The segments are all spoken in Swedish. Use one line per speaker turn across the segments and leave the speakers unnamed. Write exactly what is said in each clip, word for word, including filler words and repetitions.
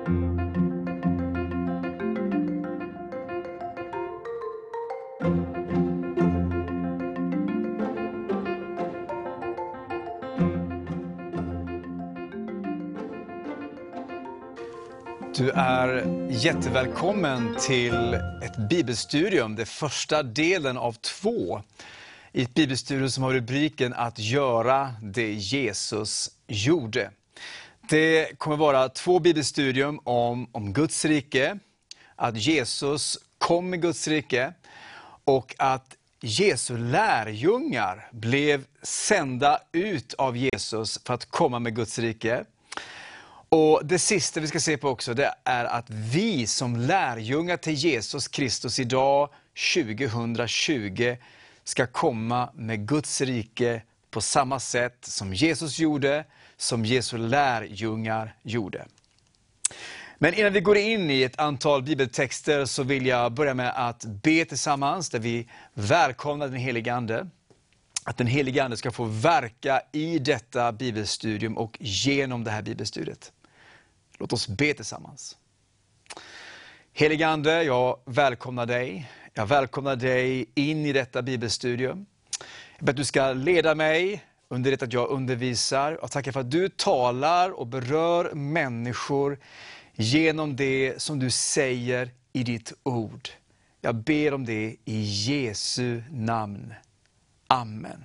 Du är jättevälkommen till ett bibelstudium, det första delen av två. I ett bibelstudium som har rubriken att göra det Jesus gjorde. Det kommer vara två bibelstudium om, om Guds rike, att Jesus kom med Guds rike och att Jesu lärjungar blev sända ut av Jesus för att komma med Guds rike. Och det sista vi ska se på också, det är att vi som lärjungar till Jesus Kristus idag tjugohundratjugo ska komma med Guds rike på samma sätt som Jesus gjorde, som Jesu lärjungar gjorde. Men innan vi går in i ett antal bibeltexter så vill jag börja med att be tillsammans där vi välkomnar den helige Ande. Att den helige Ande ska få verka i detta bibelstudium och genom det här bibelstudiet. Låt oss be tillsammans. Helige Ande, jag välkomnar dig. Jag välkomnar dig in i detta bibelstudium. Jag ber att du ska leda mig under det att jag undervisar. Jag tackar för att du talar och berör människor genom det som du säger i ditt ord. Jag ber om det i Jesu namn. Amen.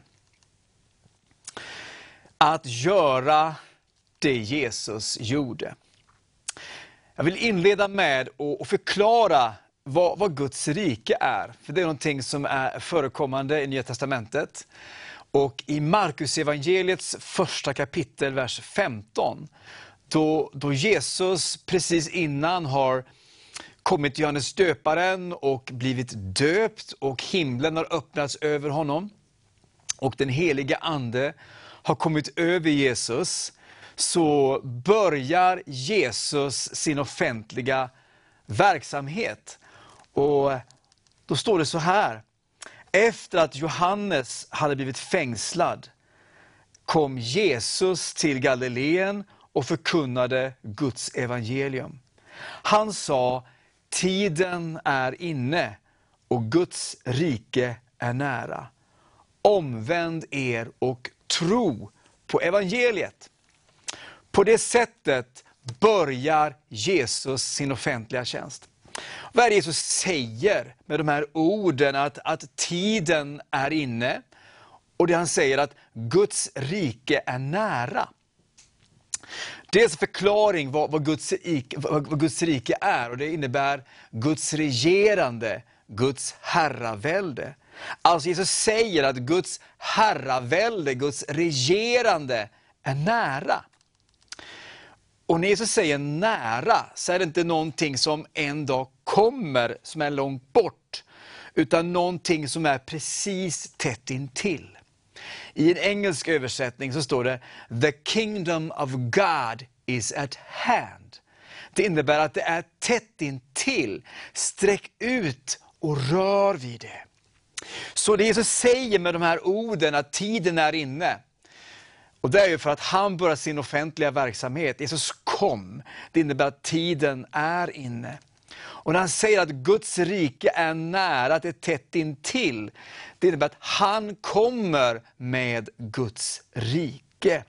Att göra det Jesus gjorde. Jag vill inleda med att förklara vad, vad Guds rike är. För det är någonting som är förekommande i Nya testamentet. Och i Markus evangeliets första kapitel, vers femton. Då, då Jesus precis innan har kommit till Johannes döparen och blivit döpt. Och himlen har öppnats över honom. Och den heliga ande har kommit över Jesus. Så börjar Jesus sin offentliga verksamhet. Och då står det så här. Efter att Johannes hade blivit fängslad kom Jesus till Galileen och förkunnade Guds evangelium. Han sa, tiden är inne och Guds rike är nära. Omvänd er och tro på evangeliet. På det sättet börjar Jesus sin offentliga tjänst. Vad är det Jesus säger med de här orden att, att tiden är inne? Och det han säger att Guds rike är nära. Det är en förklaring vad, vad, Guds rike, vad, vad Guds rike är. Och det innebär Guds regerande, Guds herravälde. Alltså Jesus säger att Guds herravälde, Guds regerande är nära. Och när Jesus säger nära så är det inte någonting som en dag kommer som är långt bort. Utan någonting som är precis tätt intill. I en engelsk översättning så står det The kingdom of God is at hand. Det innebär att det är tätt intill. Sträck ut och rör vid det. Så det Jesus säger med de här orden att tiden är inne. Och det är ju för att han börjar sin offentliga verksamhet. Jesus kom. Det innebär att tiden är inne. Och när han säger att Guds rike är nära, att det är tätt intill. Det innebär att han kommer med Guds rike.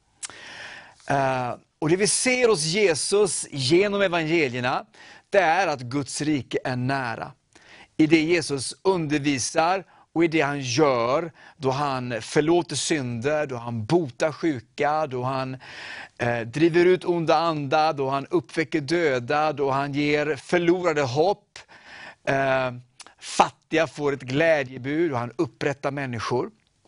Uh, och det vi ser hos Jesus genom evangelierna, det är att Guds rike är nära. I det Jesus undervisar och i det han gör, då han förlåter synder, då han botar sjuka, då han eh, driver ut onda andar, då han uppväcker döda, då han ger förlorade hopp. Eh, fattiga får ett glädjebud och han upprättar människor.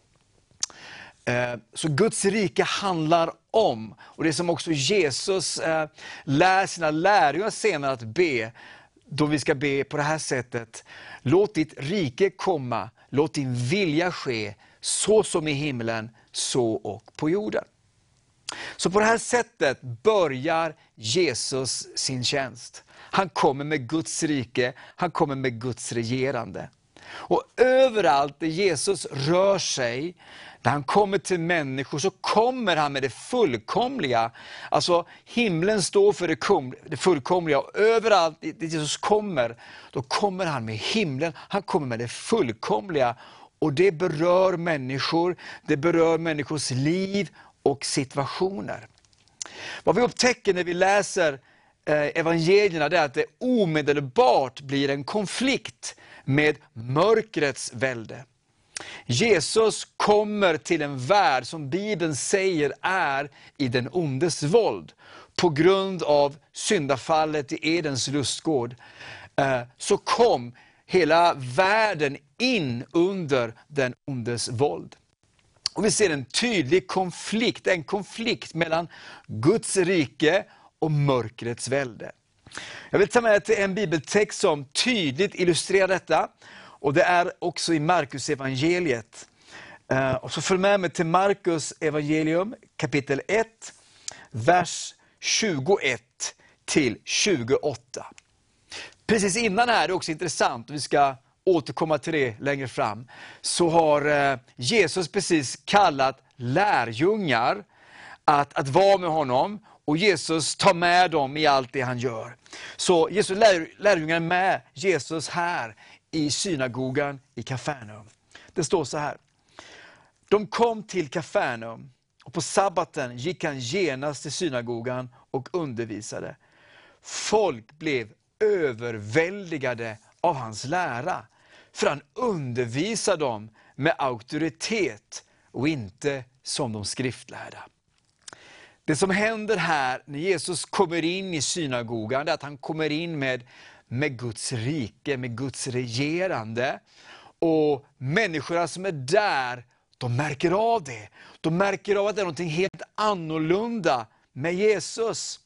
Eh, så Guds rike handlar om, och det som också Jesus eh, lär sina lärjungar senare att be, då vi ska be på det här sättet. Låt ditt rike komma, låt din vilja ske, så som i himlen, så och på jorden. Så på det här sättet börjar Jesus sin tjänst. Han kommer med Guds rike, han kommer med Guds regerande. Och överallt där Jesus rör sig, när han kommer till människor, så kommer han med det fullkomliga. Alltså himlen står för det, kom, det fullkomliga, och överallt där Jesus kommer, då kommer han med himlen. Han kommer med det fullkomliga, och det berör människor, det berör människors liv och situationer. Vad vi upptäcker när vi läser eh, evangelierna, det är att det omedelbart blir en konflikt med mörkrets välde. Jesus kommer till en värld som Bibeln säger är i den ondes våld. På grund av syndafallet i Edens lustgård eh, så kom hela världen in under den ondes våld. Och vi ser en tydlig konflikt, en konflikt mellan Guds rike och mörkrets välde. Jag vill ta med till en bibeltext som tydligt illustrerar detta. Och det är också i Markus evangeliet. Och så följ med mig till Markus evangelium kapitel ett, vers tjugoett till tjugoåtta. Precis innan här är det också intressant, och vi ska återkomma till det längre fram, så har Jesus precis kallat lärjungar att, att vara med honom, och Jesus tar med dem i allt det han gör. Så Jesus lär, lärjungar med Jesus här i synagogan i Kafarnaum. Det står så här: de kom till Kafarnaum, och på sabbaten gick han genast till synagogan och undervisade. Folk blev överväldigade av hans lära, för han undervisade dem med auktoritet och inte som de skriftlärda. Det som händer här när Jesus kommer in i synagogan är att han kommer in med, med Guds rike, med Guds regerande. Och människorna som är där, de märker av det. De märker av att det är något helt annorlunda med Jesus.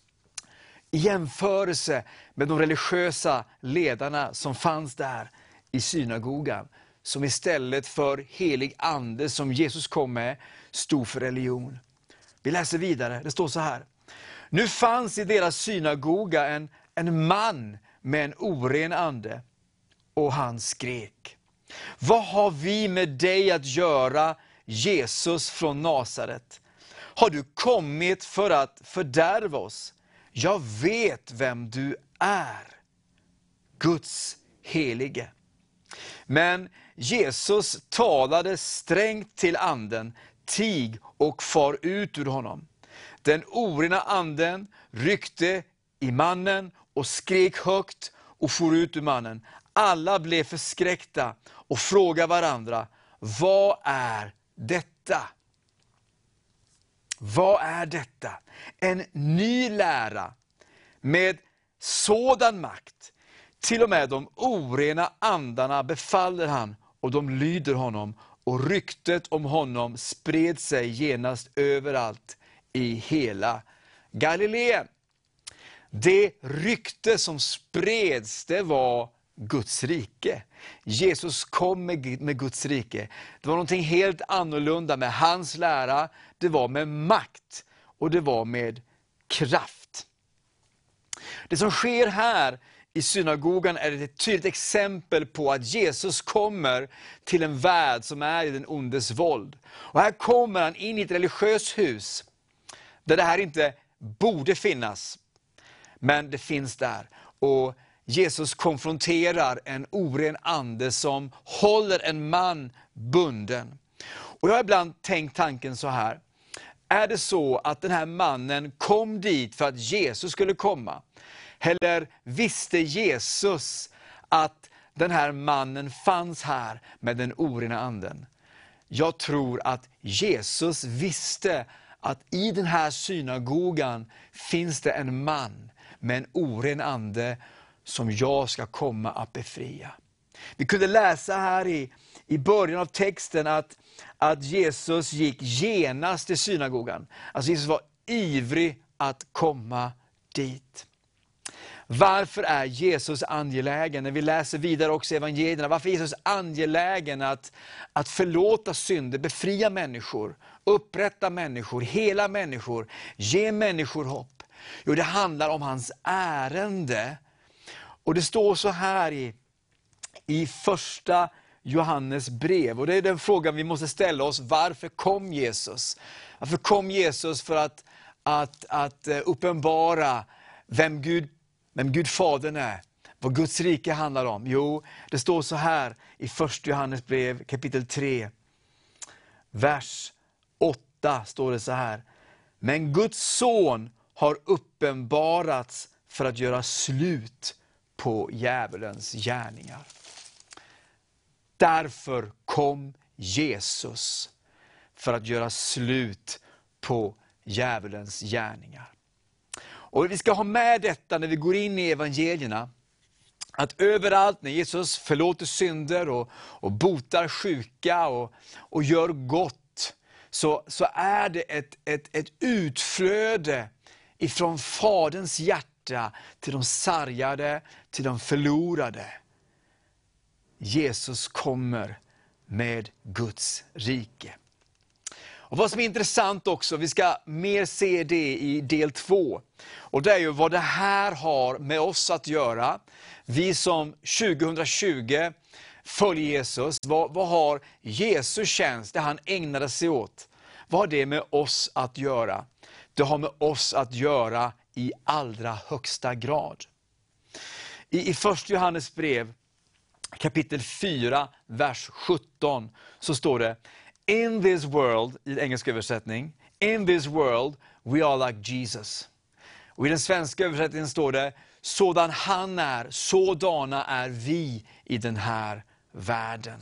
I jämförelse med de religiösa ledarna som fanns där i synagogan, som istället för helig ande som Jesus kom med, stod för religion. Vi läser vidare, det står så här: nu fanns i deras synagoga en, en man med en oren ande, och han skrek: vad har vi med dig att göra, Jesus från Nasaret? Har du kommit för att fördärva oss? Jag vet vem du är, Guds helige. Men Jesus talade strängt till anden: tig och far ut ur honom. Den orena anden ryckte i mannen och skrek högt och for ut ur mannen. Alla blev förskräckta och frågade varandra: vad är detta? Vad är detta? En ny lära med sådan makt. Till och med de orena andarna befaller han, och de lyder honom. Och ryktet om honom spred sig genast överallt i hela Galileen. Det rykte som spreds, det var Guds rike. Jesus kom med, med Guds rike. Det var någonting helt annorlunda med hans lära. Det var med makt och det var med kraft. Det som sker här i synagogan är ett tydligt exempel på att Jesus kommer till en värld som är i den ondes våld. Och här kommer han in i ett religiöst hus där det här inte borde finnas. Men det finns där. Och Jesus konfronterar en oren ande som håller en man bunden. Och jag har ibland tänkt tanken så här: är det så att den här mannen kom dit för att Jesus skulle komma? Eller visste Jesus att den här mannen fanns här med den orena anden? Jag tror att Jesus visste att i den här synagogan finns det en man med en oren ande som jag ska komma att befria. Vi kunde läsa här i, i början av texten att, att Jesus gick genast till synagogan. Alltså Jesus var ivrig att komma dit. Varför är Jesus angelägen? När vi läser vidare också i evangelierna, varför är Jesus angelägen att, att förlåta synder, befria människor, upprätta människor, hela människor, ge människor hopp? Jo, det handlar om hans ärende. Och det står så här i, i första Johannes brev. Och det är den frågan vi måste ställa oss. Varför kom Jesus? Varför kom Jesus för att, att, att uppenbara vem Gud, vem Gud Fadern är? Vad Guds rike handlar om? Jo, det står så här i första Johannes brev kapitel tre. Vers åtta står det så här. Men Guds son har uppenbarats för att göra slut på djävulens gärningar. Därför kom Jesus för att göra slut på djävulens gärningar. Och vi ska ha med detta när vi går in i evangelierna. Att överallt när Jesus förlåter synder och, och botar sjuka och, och gör gott, så, så är det ett, ett, ett utflöde ifrån Faderns hjärta till de sargade, till de förlorade. Jesus kommer med Guds rike. Och vad som är intressant också, vi ska mer se det i del två. Och det är ju vad det här har med oss att göra. Vi som tjugohundratjugo följer Jesus, vad, vad har Jesus tjänst, det han ägnade sig åt? Vad har det med oss att göra? Det har med oss att göra i allra högsta grad. I, i första Johannes brev, kapitel fyra, vers sjutton, så står det: In this world, i engelsk översättning, in this world we are like Jesus. Och i den svenska översättningen står det: sådan han är, sådana är vi i den här världen.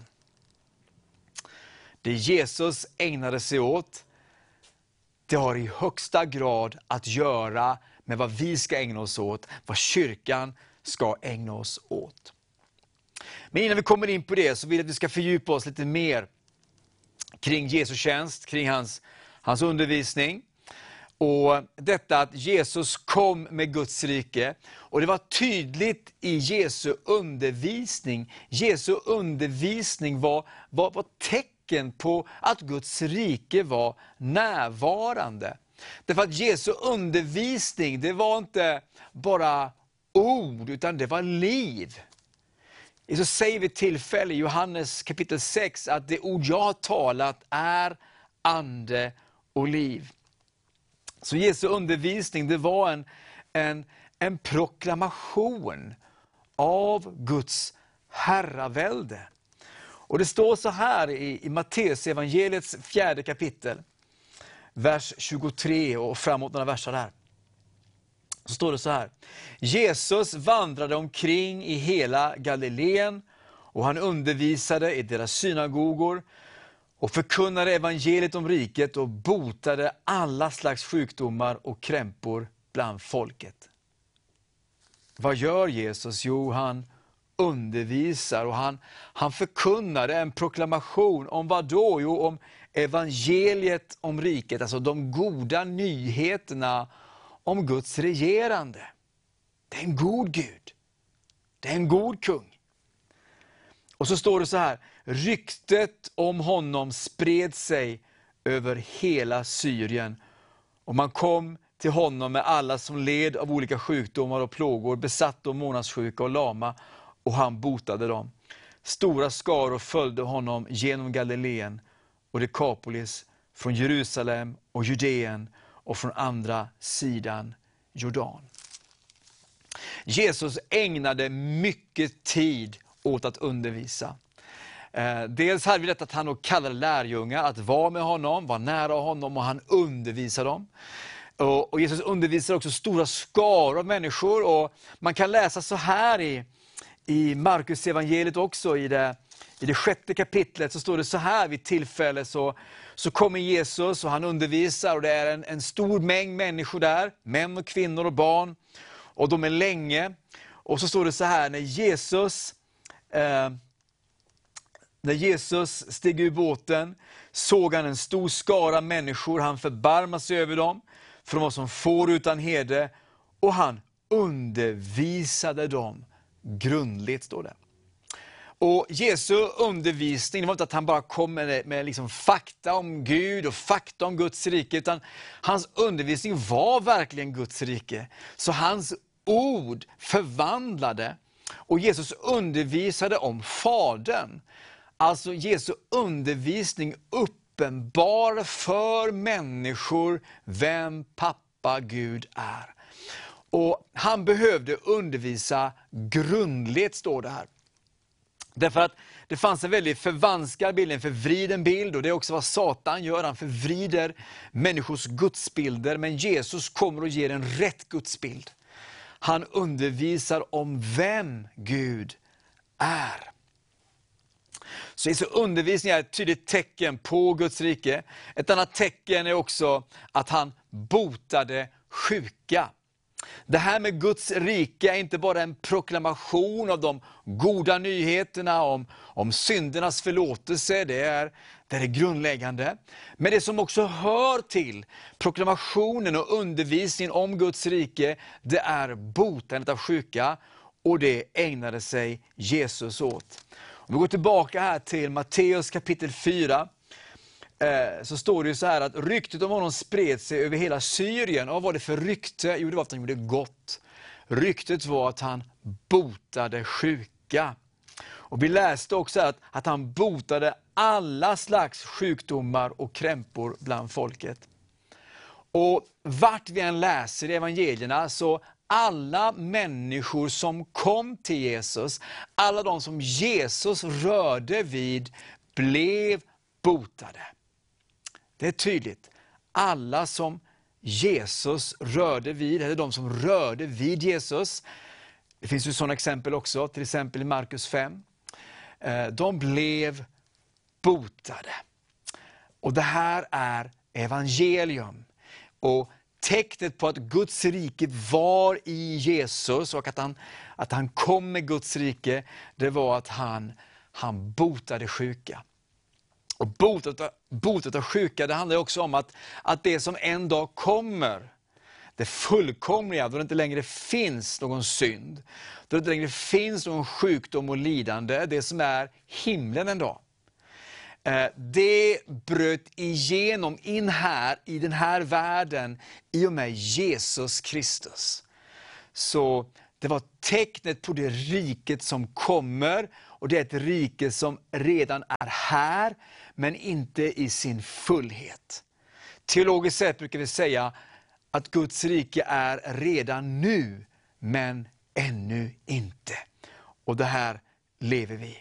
Det Jesus ägnade sig åt, det har i högsta grad att göra med vad vi ska ägna oss åt, vad kyrkan ska ägna oss åt. Men innan vi kommer in på det så vill jag att vi ska fördjupa oss lite mer kring Jesu tjänst, kring hans, hans undervisning. Och detta att Jesus kom med Guds rike. Och det var tydligt i Jesu undervisning. Jesu undervisning var, var, var tecken på att Guds rike var närvarande. Därför att Jesu undervisning, det var inte bara ord, utan det var liv. Så säger vi tillfälle i Johannes kapitel sex att det ord jag har talat är ande och liv. Så Jesu undervisning, det var en, en, en proklamation av Guds herravälde. Och det står så här i, i Matteus evangeliets fjärde kapitel, vers tjugotre och framåt några verser där. Så står det så här: Jesus vandrade omkring i hela Galileen och han undervisade i deras synagogor och förkunnade evangeliet om riket och botade alla slags sjukdomar och krämpor bland folket. Vad gör Jesus? Jo, han undervisar och han, han förkunnade en proklamation om vad då? Jo, om evangeliet om riket, alltså de goda nyheterna om Guds regerande. Det är en god Gud. Det är en god kung. Och så står det så här: ryktet om honom spred sig över hela Syrien. Och man kom till honom med alla som led av olika sjukdomar och plågor, besatta och månadssjuka och lama, och han botade dem. Stora skaror följde honom genom Galileen och Dekapolis, från Jerusalem och Judeen och från andra sidan Jordan. Jesus ägnade mycket tid åt att undervisa. Dels hade vi detta att han kallade lärjungar att vara med honom, vara nära honom, och han undervisade dem. Och Jesus undervisar också stora skaror av människor, och man kan läsa så här i, i Markus evangeliet också, i det, i det sjätte kapitlet så står det så här: vid tillfälle så, så kommer Jesus och han undervisar, och det är en, en stor mängd människor där, män och kvinnor och barn, och de är länge. Och så står det så här: när Jesus eh, när Jesus steg ur båten såg han en stor skara människor, han förbarmade sig över dem, för de var som får utan herde, och han undervisade dem grundligt, står det. Och Jesu undervisning, det var inte att han bara kom med, med liksom fakta om Gud och fakta om Guds rike, utan hans undervisning var verkligen Guds rike. Så hans ord förvandlade Och Jesus undervisade om Fadern. Alltså Jesu undervisning uppenbar för människor vem pappa Gud är. Och han behövde undervisa grundligt, står det här. Därför att det fanns en väldigt förvanskad bild, en förvriden bild, och det är också vad Satan gör. Han förvrider människors gudsbilder, men Jesus kommer och ger en rätt gudsbild. Han undervisar om vem Gud är. Så Jesu undervisning är ett tydligt tecken på Guds rike. Ett annat tecken är också att han botade sjuka. Det här med Guds rike är inte bara en proklamation av de goda nyheterna om, om syndernas förlåtelse, det är, det är grundläggande. Men det som också hör till proklamationen och undervisningen om Guds rike, det är botandet av sjuka, och det ägnade sig Jesus åt. Om vi går tillbaka här till Matteus kapitel fyra, så står det ju så här att ryktet om honom spred sig över hela Syrien. Och vad var det för rykte? Jo, det var att han gjorde gott. Ryktet var att han botade sjuka. Och vi läste också att, att han botade alla slags sjukdomar och krämpor bland folket. Och vart vi än läser i evangelierna, så alla människor som kom till Jesus, alla de som Jesus rörde vid, blev botade. Det är tydligt. Alla som Jesus rörde vid, eller de som rörde vid Jesus, det finns ju sådana exempel också, till exempel i Markus fem, de blev botade. Och det här är evangelium. Och tecknet på att Guds rike var i Jesus och att han, att han kom med Guds rike, det var att han, han botade sjuka. Och botet, botet av sjuka, det handlar också om att, att det som en dag kommer, det fullkomliga, då det inte längre finns någon synd, då det inte längre finns någon sjukdom och lidande, det som är himlen en dag. Det bröt igenom in här i den här världen i och med Jesus Kristus. Så det var tecknet på det riket som kommer, och det är ett rike som redan är här, men inte i sin fullhet. Teologiskt sett brukar vi säga att Guds rike är redan nu, men ännu inte. Och det här lever vi.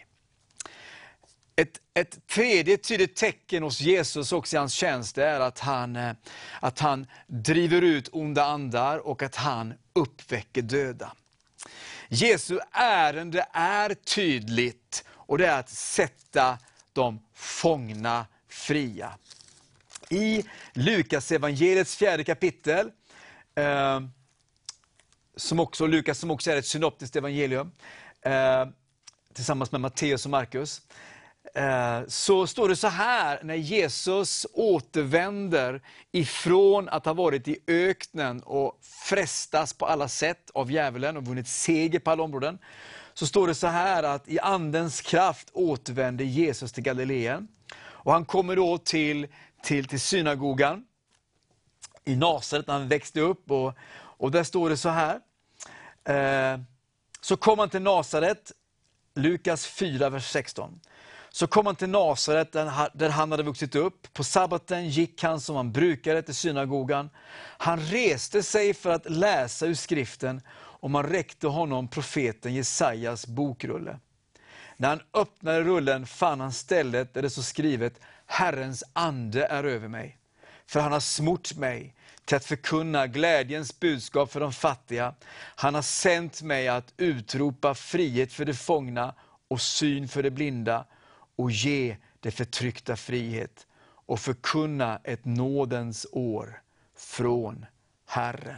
Ett, ett tredje tydligt tecken hos Jesus också i hans tjänst är att han, att han driver ut onda andar och att han uppväcker döda. Jesu ärende är tydligt, och det är att sätta de fångna fria. I Lukas evangeliets fjärde kapitel, eh, som också Lukas som också är ett synoptiskt evangelium, eh, tillsammans med Matteus och Markus, så står det så här när Jesus återvänder ifrån att ha varit i öknen och frestas på alla sätt av djävulen och vunnit seger på alla områden. Så står det så här att i andens kraft återvänder Jesus till Galileen. Och han kommer då till, till, till synagogan i Nasaret när han växte upp. Och, och där står det så här. Eh, så kom han till Nasaret, Lukas fyra, vers sexton. Så kom han till Nasaret där han hade vuxit upp. På sabbaten gick han som han brukade till synagogan. Han reste sig för att läsa ur skriften, och man räckte honom profeten Jesajas bokrulle. När han öppnade rullen fann han stället där det så skrivet: Herrens ande är över mig, för han har smort mig till att förkunna glädjens budskap för de fattiga. Han har sänt mig att utropa frihet för de fångna och syn för de blinda, och ge det förtryckta frihet, och förkunna ett nådens år från Herren.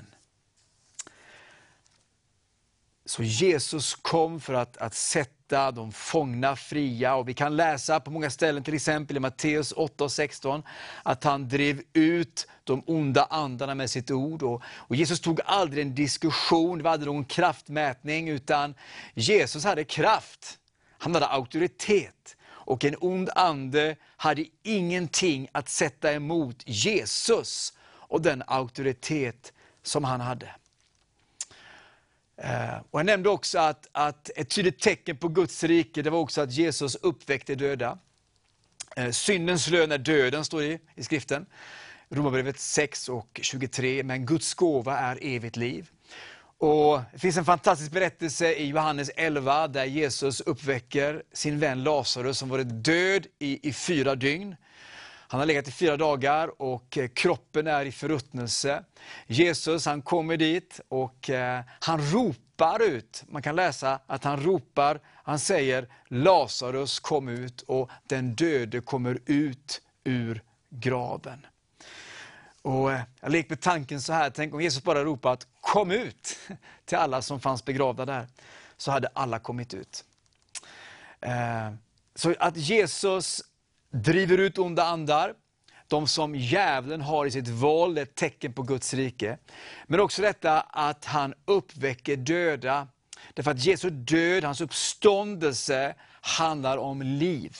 Så Jesus kom för att, att sätta de fångna fria, och vi kan läsa på många ställen, till exempel i Matteus åtta och sexton, att han drev ut de onda andarna med sitt ord. Och, och Jesus tog aldrig en diskussion, det var aldrig någon kraftmätning, utan Jesus hade kraft, han hade auktoritet. Och en ond ande hade ingenting att sätta emot Jesus och den auktoritet som han hade. Och jag nämnde också att, att ett tydligt tecken på Guds rike, det var också att Jesus uppväckte döda. Syndens lön är döden, står det i skriften. Romarbrevet sex och tjugotre, men Guds gåva är evigt liv. Och det finns en fantastisk berättelse i Johannes elva där Jesus uppväcker sin vän Lazarus som varit död i, i fyra dygn. Han har legat i fyra dagar och kroppen är i förruttnelse. Jesus, han kommer dit och eh, han ropar ut. Man kan läsa att han ropar, han säger Lazarus kom ut, och den döde kommer ut ur graven. Och eh, jag leker med tanken så här, tänk om Jesus bara ropat kom ut till alla som fanns begravda där. Så hade alla kommit ut. Eh, så att Jesus driver ut onda andar, de som djävulen har i sitt våld, ett tecken på Guds rike. Men också detta att han uppväcker döda. Därför att Jesu död, hans uppståndelse, handlar om liv.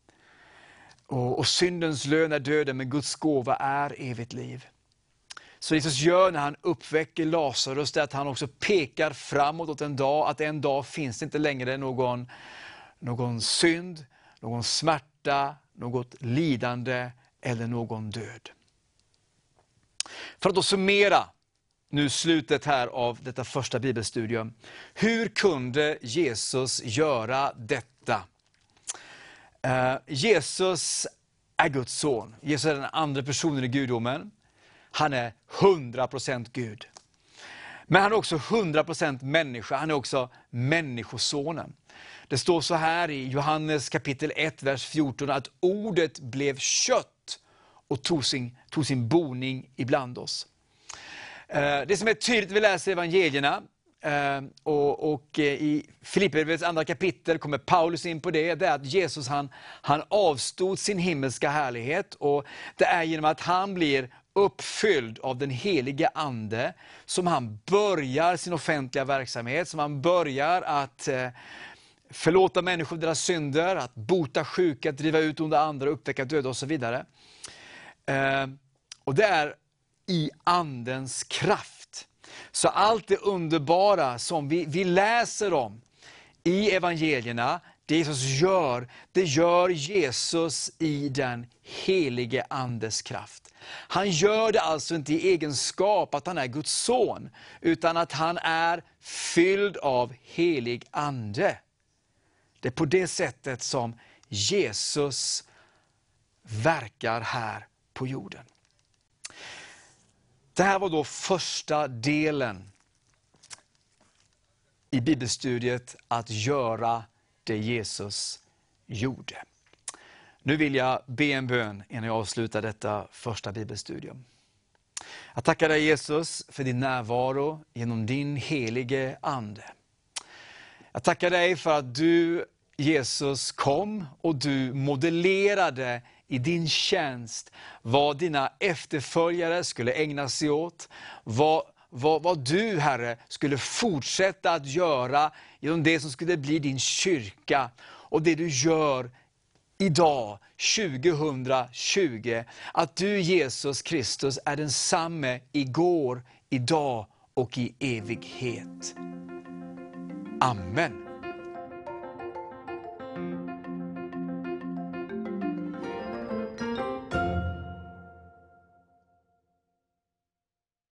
Och, och syndens lön är döden, men Guds gåva är evigt liv. Så Jesus gör när han uppväcker Lazarus, det att han också pekar framåt åt en dag, att en dag finns det inte längre någon, någon synd, någon smärta, något lidande eller någon död. För att då summera nu slutet här av detta första bibelstudium. Hur kunde Jesus göra detta? Uh, Jesus är Guds son. Jesus är den andra personen i gudomen. Han är hundra procent Gud. Men han är också hundra procent människa. Han är också människosonen. Det står så här i Johannes kapitel ett, vers fjorton, att ordet blev kött och tog sin, tog sin boning ibland oss. Det som är tydligt vi läser i evangelierna, och, och i Filipperbrevets andra kapitel kommer Paulus in på det, det är att Jesus han, han avstod sin himmelska härlighet, och det är genom att han blir uppfylld av den helige ande som han börjar sin offentliga verksamhet, som han börjar att förlåta människor deras synder, att bota sjuka, att driva ut onda andra, uppväcka döda och så vidare. Eh, och det är i andens kraft. Så allt det underbara som vi, vi läser om i evangelierna, det Jesus gör, det gör Jesus i den helige andes kraft. Han gör det alltså inte i egenskap att han är Guds son, utan att han är fylld av helig ande. Det är på det sättet som Jesus verkar här på jorden. Det här var då första delen i bibelstudiet, att göra det Jesus gjorde. Nu vill jag be en bön innan jag avslutar detta första bibelstudium. Jag tackar dig Jesus för din närvaro genom din helige ande. Jag tackar dig för att du, Jesus, kom och du modellerade i din tjänst vad dina efterföljare skulle ägna sig åt. Vad, vad, vad du, Herre, skulle fortsätta att göra genom det som skulle bli din kyrka. Och det du gör idag, tjugohundratjugo. Att du, Jesus Kristus, är densamme igår, idag och i evighet. Amen.